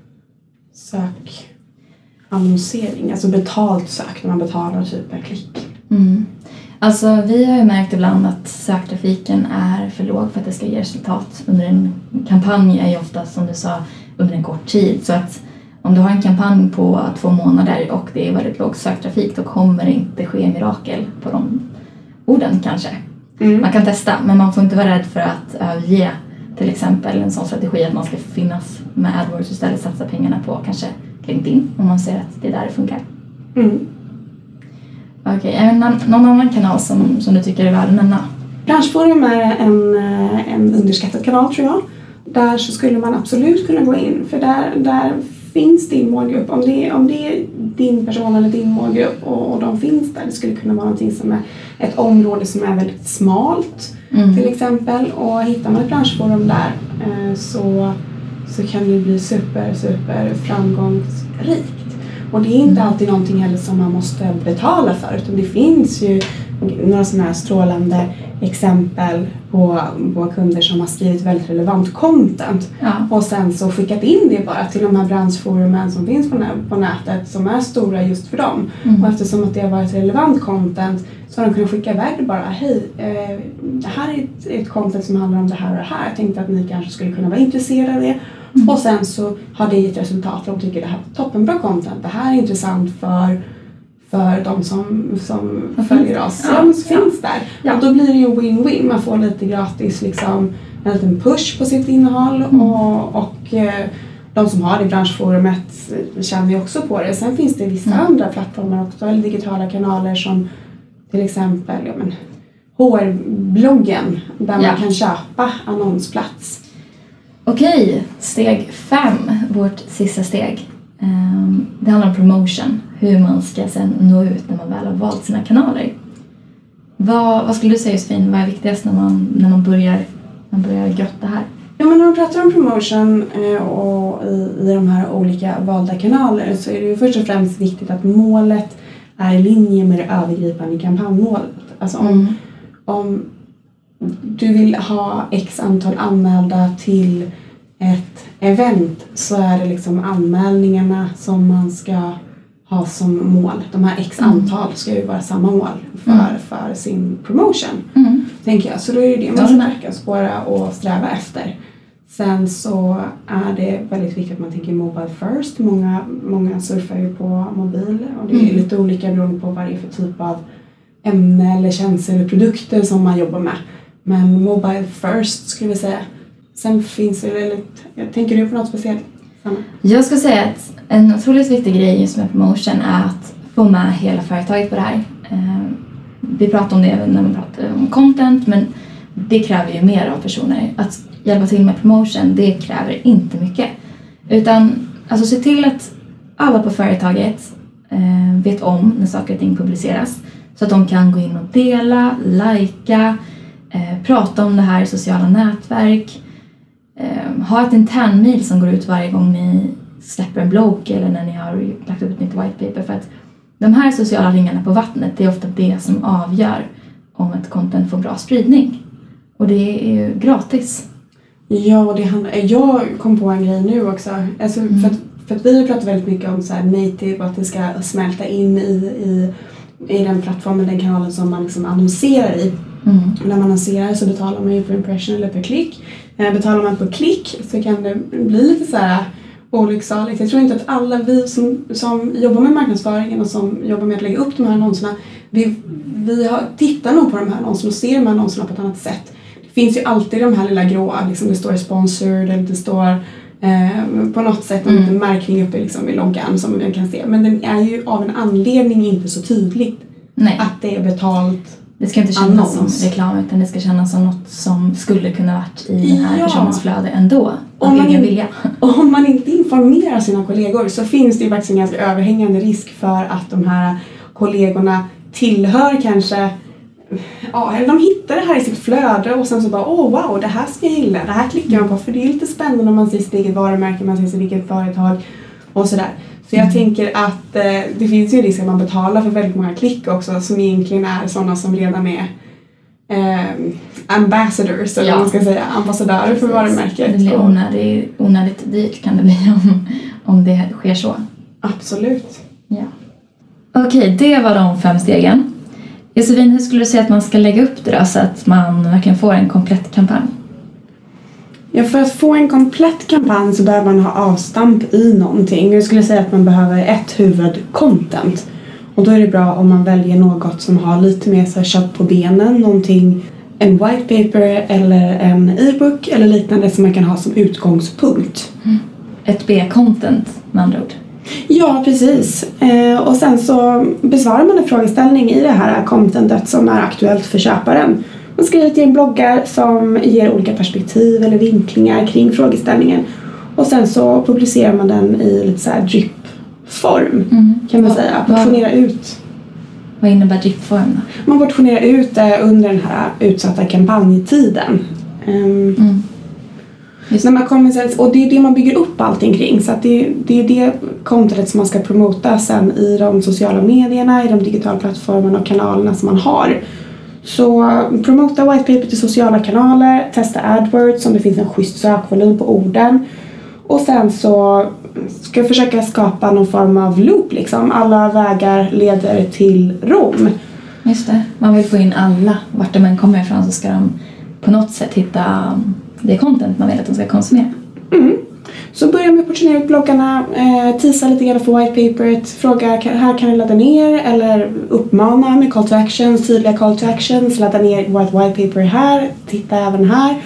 [SPEAKER 1] sökannonsering? Alltså betalt sök, när man betalar typ per klick.
[SPEAKER 2] Mm. Alltså vi har ju märkt ibland att söktrafiken är för låg för att det ska ge resultat. Under en kampanj är ju ofta, som du sa, under en kort tid. Så att om du har en kampanj på två månader och det är väldigt låg söktrafik, då kommer det inte ske mirakel på de orden kanske. Mm. Man kan testa, men man får inte vara rädd för att överge till exempel en sån strategi att man ska finnas med AdWords och istället satsa pengarna på kanske LinkedIn om man ser att det är där det funkar.
[SPEAKER 1] Mm.
[SPEAKER 2] Okej, okay. Någon annan kanal som, som du tycker är värd att nämna?
[SPEAKER 1] Branschforum är en, en underskattad kanal tror jag. Där så skulle man absolut kunna gå in. För där, där finns din målgrupp. Om det, om det är din person eller din målgrupp och, och de finns där. Det skulle kunna vara någonting som är ett område som är väldigt smalt. Mm. Till exempel. Och hittar man ett branschforum där eh, så, så kan det bli super, super framgångsrikt. Och det är inte mm. alltid någonting heller som man måste betala för. Utan det finns ju några sådana här strålande exempel på, på kunder som har skrivit väldigt relevant content. Ja. Och sen så skickat in det bara till de här branschforumen som finns på, nä- på nätet som är stora just för dem. Mm. Och eftersom att det har varit relevant content så har de kunnat skicka iväg det bara. Hej, eh, det här är ett, ett content som handlar om det här och det här. Jag tänkte att ni kanske skulle kunna vara intresserade av det. Mm. Och sen så har det gett resultat. De tycker det här är toppenbra content. Det här är intressant för för de som, som följer oss. Ja, ja, så finns där. Ja. Och då blir det ju win-win. Man får lite gratis liksom, en liten push på sitt innehåll. Mm. Och, och eh, de som har det i branschforumet känner ju också på det. Sen finns det vissa mm. andra plattformar också. Eller digitala kanaler som till exempel ja, men, H R-bloggen. Där ja. man kan köpa annonsplats.
[SPEAKER 2] Okej, steg fem. Vårt sista steg. Um, det handlar om promotion. Hur man ska sen nå ut när man väl har valt sina kanaler. Vad, vad skulle du säga Josefin? Vad är viktigast när man, när man börjar, man börjar grotta här?
[SPEAKER 1] Ja, men när man pratar om promotion eh, och i, i de här olika valda kanaler så är det ju först och främst viktigt att målet är i linje med det övergripande kampanjmålet. Alltså om, mm. om du vill ha x antal anmälda till ett event så är det liksom anmälningarna som man ska ha som mål. De här x antal ska ju vara samma mål för, mm. för sin promotion. Mm. Tänker jag. Så då är det det man ska verka spåra och sträva efter. Sen så är det väldigt viktigt att man tänker mobile first. Många, många surfar ju på mobil och det är mm. lite olika beroende på vad det är för typ av ämne eller tjänster eller produkter som man jobbar med. Men mobile first skulle vi säga. Sen finns det lite, jag tänker du på något speciellt? Sanna?
[SPEAKER 2] Jag ska säga att en otroligt viktig grej just med promotion är att få med hela företaget på det här. Vi pratar om det även när man pratar om content, men det kräver ju mer av personer. Att hjälpa till med promotion, det kräver inte mycket. Utan alltså se till att alla på företaget eh, vet om när saker och ting publiceras. Så att de kan gå in och dela, likea, eh, prata om det här i sociala nätverk. Eh, ha ett internmail som går ut varje gång ni släpper en blogg eller när ni har lagt upp ett nytt white paper. För att de här sociala ringarna på vattnet, det är ofta det som avgör om ett content får bra spridning. Och det är ju gratis.
[SPEAKER 1] Ja, det handlar, jag kom på en grej nu också. Alltså, mm. för, att, för att vi har pratat väldigt mycket om så här native och att det ska smälta in i, i, i den plattformen, den kanalen som man liksom annonserar i. Mm. När man annonserar så betalar man ju per impression eller per klick. Eh, betalar man på klick så kan det bli lite så här olycksaligt. Jag tror inte att alla vi som, som jobbar med marknadsföringen och som jobbar med att lägga upp de här annonserna, vi, vi har, tittar nog på de här annonserna och ser de här annonserna på ett annat sätt. Det finns ju alltid de här lilla gråa, liksom det står sponsored eller det står eh, på något sätt en mm. liten märkning uppe liksom i loggan som man kan se. Men den är ju av en anledning inte så tydligt. Nej. Att det är betalt.
[SPEAKER 2] Det ska inte kännas annons. Som reklam utan det ska kännas som något som skulle kunna varit i den här ja. personens flöde ändå.
[SPEAKER 1] Om man, vilja. om man inte informerar sina kollegor så finns det ju faktiskt en ganska överhängande risk för att de här kollegorna tillhör kanske, ja, eller de hittar det här i sitt flöde och sen så bara, åh oh, wow, det här ska jag gilla, det här klickar man på för det är lite spännande om man ser sitt eget varumärke, man ser sitt eget företag och sådär. Så jag mm. tänker att eh, det finns ju en risk att man betalar för väldigt många klick också som egentligen är sådana som redan är eh, ambassadors, eller ja. man ska säga, ambassadörer för varumärket.
[SPEAKER 2] Det blir onödigt, onödigt dyrt kan det bli om, om det sker så.
[SPEAKER 1] Absolut.
[SPEAKER 2] Ja. Okej, det var de fem stegen. Josefin, hur skulle du säga att man ska lägga upp det då så att man verkligen får en komplett kampanj?
[SPEAKER 1] Ja, för att få en komplett kampanj så behöver man ha avstamp i någonting. Jag skulle säga att man behöver ett huvudcontent. Och då är det bra om man väljer något som har lite mer så här kött på benen. Någonting, en white paper eller en e-book eller liknande som man kan ha som utgångspunkt.
[SPEAKER 2] Mm. Ett B-content med andra ord.
[SPEAKER 1] Ja, precis. Eh, och sen så besvarar man en frågeställning i det här contentet som är aktuellt för köparen. Man skriver till en bloggar som ger olika perspektiv eller vinklingar kring frågeställningen. Och sen så publicerar man den i lite så här drip-form mm. kan man säga. Portionera ut.
[SPEAKER 2] Vad innebär drip-form då?
[SPEAKER 1] Man portionerar ut det under den här utsatta kampanjtiden. Um, mm. När man kommer, och det är det man bygger upp allting kring. Så att det, det är det contentet som man ska promota sen i de sociala medierna, i de digitala plattformarna och kanalerna som man har. Så promota white paper till sociala kanaler, testa AdWords om det finns en schysst sökvolym på orden. Och sen så ska jag försöka skapa någon form av loop liksom. Alla vägar leder till Rom.
[SPEAKER 2] Just det, man vill få in alla. Vart de än kommer ifrån så ska de på något sätt hitta det content man vill att de ska konsumera.
[SPEAKER 1] Mm. Så börja med att portionera ut bloggarna, eh, tisa lite grann på white paperet, fråga här kan ni ladda ner eller uppmana med call to actions, tydliga call to actions, ladda ner white, white paper här, titta även här,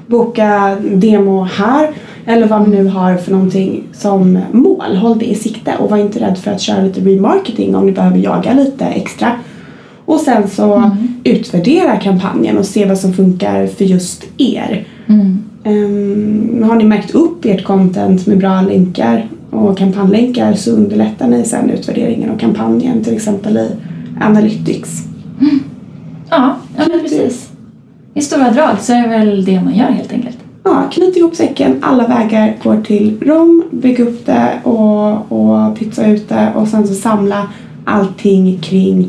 [SPEAKER 1] boka demo här eller vad ni nu har för någonting som mål. Håll det i sikte och var inte rädd för att köra lite remarketing om ni behöver jaga lite extra. Och sen så mm. utvärdera kampanjen och se vad som funkar för just er. Mm. Um, har ni märkt upp ert content med bra länkar och kampanjlänkar så underlättar ni sen utvärderingen av kampanjen till exempel i Analytics.
[SPEAKER 2] Mm. Ja, ja men precis. I stora drag så är det väl det man gör helt enkelt.
[SPEAKER 1] Ja, knyt ihop säcken, alla vägar går till Rom, bygga upp det och, och pytsa ut det och sen så samla allting kring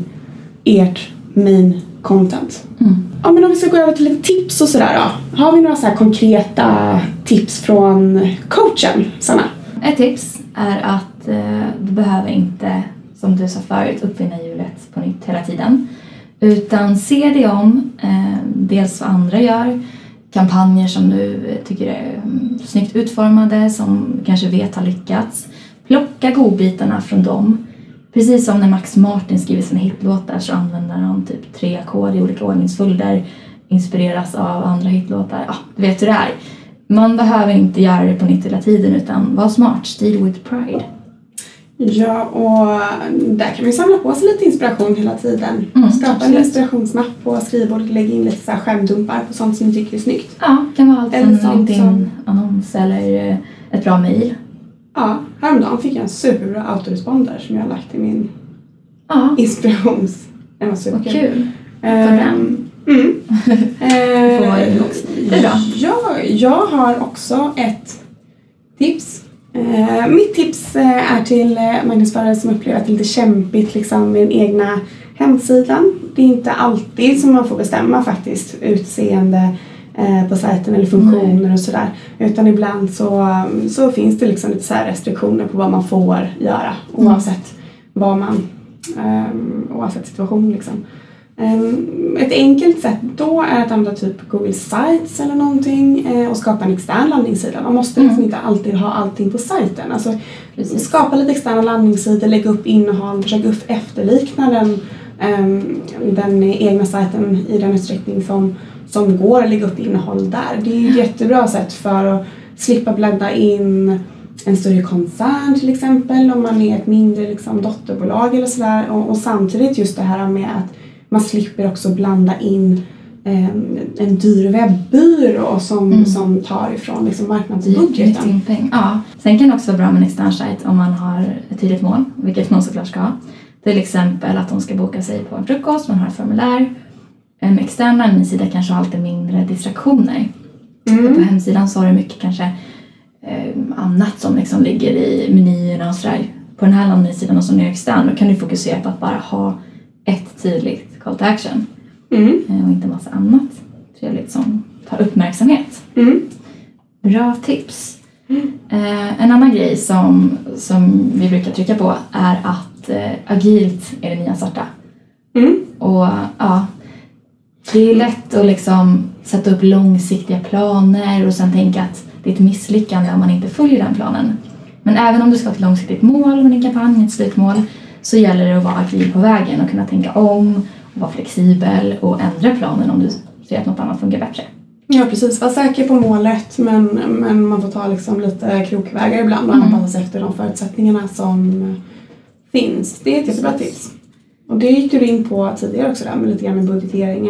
[SPEAKER 1] ert main content. Mm. Ja, men om vi ska gå över till lite tips och sådär då. Har vi några så här konkreta tips från coachen, Sanna?
[SPEAKER 2] Ett tips är att eh, du behöver inte, som du sa förut, uppfinna hjulet på nytt hela tiden. Utan se dig om, eh, dels vad andra gör, kampanjer som du tycker är um, snyggt utformade, som kanske vet har lyckats. Plocka godbitarna från dem. Precis som när Max Martin skriver sina hitlåtar så använder han typ tre ackord i olika ordningsföljder. Inspireras av andra hitlåtar. Ja, du vet hur det är. Man behöver inte göra det på nytt hela tiden utan var smart. Steal with pride.
[SPEAKER 1] Ja, och där kan vi samla på sig lite inspiration hela tiden. Mm, Skapa absolut. En inspirationsmapp på skrivbordet och lägga in lite så här skärmdumpar på sånt som ni tycker är snyggt.
[SPEAKER 2] Ja, kan vara allt från en LinkedIn-annons eller ett bra mejl.
[SPEAKER 1] Ja, häromdagen fick jag en superbra autoresponder som jag har lagt i min
[SPEAKER 2] ja.
[SPEAKER 1] inspirations... Den var superkul.
[SPEAKER 2] Vad kul. För
[SPEAKER 1] um,
[SPEAKER 2] den.
[SPEAKER 1] Mm.
[SPEAKER 2] Du får vara det också. Det är bra.
[SPEAKER 1] Ja, jag har också ett tips. Uh, mitt tips uh, är till uh, marknadsförare som upplever att det är lite kämpigt liksom, med den egna hemsidan. Det är inte alltid som man får bestämma faktiskt utseende på sajten eller funktioner Nej. Och sådär. Utan ibland så, så finns det liksom lite så här restriktioner på vad man får göra oavsett mm. vad man um, oavsett situation liksom. Um, ett enkelt sätt då är att använda typ Google Sites eller någonting uh, och skapa en extern landningssida. Man måste liksom mm. inte alltid ha allting på sajten. Alltså Precis. Skapa lite externa landningssidor, lägga upp innehåll, försöka upp efterlikna den, um, den egna sajten i den utsträckning som som går att lägga upp innehåll där. Det är ett jättebra sätt för att slippa blanda in en större koncern till exempel om man är ett mindre liksom, dotterbolag eller sådär. Och, och samtidigt just det här med att man slipper också blanda in eh, en dyr webbyrå som, mm. som tar ifrån liksom, marknadsbudgeten.
[SPEAKER 2] Ja. Sen kan det också vara bra med en extern sajt om man har ett tydligt mål, vilket man såklart ska ha. Till exempel att de ska boka sig på en frukost, man har ett formulär. En extern landningssida kanske har alltid mindre distraktioner. Mm. På hemsidan så har du mycket kanske eh, annat som liksom ligger i menyerna och sådär. På den här landningssidan och som är extern då kan du fokusera på att bara ha ett tydligt call to action. Mm. Eh, och inte en massa annat trevligt som tar uppmärksamhet. Mm. Bra tips. Mm. Eh, en annan grej som, som vi brukar trycka på är att eh, agilt är det nya svarta. Mm. Och ja... Det är lätt att liksom sätta upp långsiktiga planer och sen tänka att det är ett misslyckande om man inte följer den planen. Men även om du ska ha ett långsiktigt mål med din kampanj, ett slutmål, så gäller det att vara agil på vägen och kunna tänka om och vara flexibel och ändra planen om du ser att något annat funkar bättre.
[SPEAKER 1] Ja, precis. Var säker på målet men, men man får ta liksom lite krokvägar ibland och mm. anpassa sig efter de förutsättningarna som finns. Det är ett jättebra tips. Och det gick du in på tidigare också där med lite grann med budgeteringen.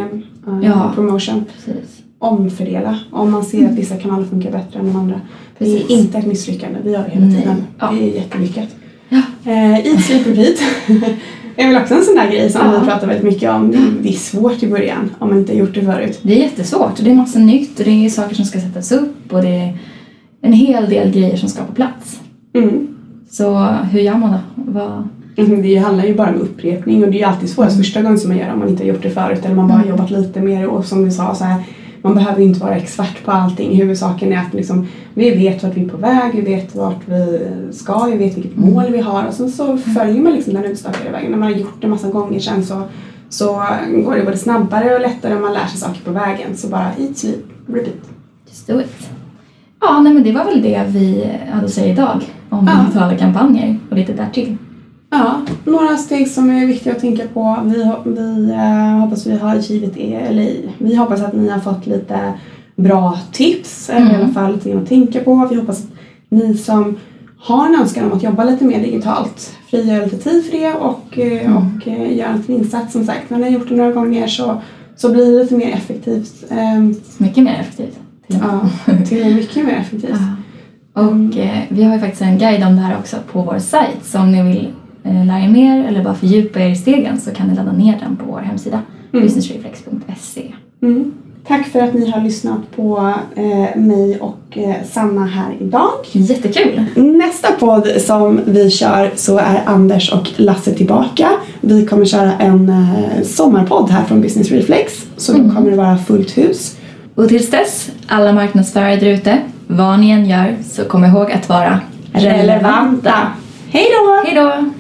[SPEAKER 1] uh,
[SPEAKER 2] ja,
[SPEAKER 1] promotion.
[SPEAKER 2] Precis.
[SPEAKER 1] Omfördela om man ser att vissa kanaler funkar bättre än de andra. Precis. Det är inte ett misslyckande, vi gör det hela
[SPEAKER 2] Nej.
[SPEAKER 1] tiden.
[SPEAKER 2] Ja.
[SPEAKER 1] Det är jättelyckat.
[SPEAKER 2] Ja.
[SPEAKER 1] Uh, Eat, sleep, repeat är väl också en sån där grej som ja. vi pratar väldigt mycket om. Det är, det är svårt i början om man inte har gjort det förut.
[SPEAKER 2] Det är jättesvårt och det är massa nytt och det är saker som ska sättas upp och det är en hel del grejer som ska på plats.
[SPEAKER 1] Mm.
[SPEAKER 2] Så hur gör man då? Vad...
[SPEAKER 1] Mm, det handlar ju bara om upprepning och det är ju alltid svårast mm. första gången som man gör om man inte har gjort det förut eller man bara mm. jobbat lite mer och som vi sa så här, man behöver inte vara expert på allting. Huvudsaken är att liksom, vi vet vart vi är på väg, vi vet vart vi ska, vi vet vilket mål vi har och sen så följer man liksom den utstakade vägen. När man har gjort det massa gånger sen så, så går det både snabbare och lättare om man lär sig saker på vägen. Så bara eat, sleep, repeat.
[SPEAKER 2] Just do it. Ja, nej, men det var väl det vi hade att säga idag om
[SPEAKER 1] ja.
[SPEAKER 2] digitala kampanjer och lite därtill.
[SPEAKER 1] Ja, några steg som är viktiga att tänka på. Vi, vi äh, hoppas vi har givit er, eller vi hoppas att ni har fått lite bra tips, eller mm. i alla fall lite att tänka på. Vi hoppas att ni som har en önskan om att jobba lite mer digitalt frigör lite tid för det och, mm. och äh, gör en insats. Som sagt, när ni har gjort det några gånger så, så blir det lite mer effektivt. Ähm,
[SPEAKER 2] mycket mer effektivt.
[SPEAKER 1] Till ja, till mycket mer effektivt.
[SPEAKER 2] Ja. Och mm. eh, vi har ju faktiskt en guide om det här också på vår sajt. Så om ni vill eh, lära er mer eller bara fördjupa er i stegen så kan ni ladda ner den på vår hemsida. Mm. business reflex punkt se.
[SPEAKER 1] Mm. Tack för att ni har lyssnat på eh, mig och eh, Sanna här idag.
[SPEAKER 2] Jättekul!
[SPEAKER 1] Nästa podd som vi kör så är Anders och Lasse tillbaka. Vi kommer köra en eh, sommarpodd här från Business Reflex. Så mm. då kommer det vara fullt hus.
[SPEAKER 2] Och tills dess, alla marknadsförare där ute, vad ni än gör så kom ihåg att vara relevanta.
[SPEAKER 1] relevanta. Hej då!
[SPEAKER 2] Hej då!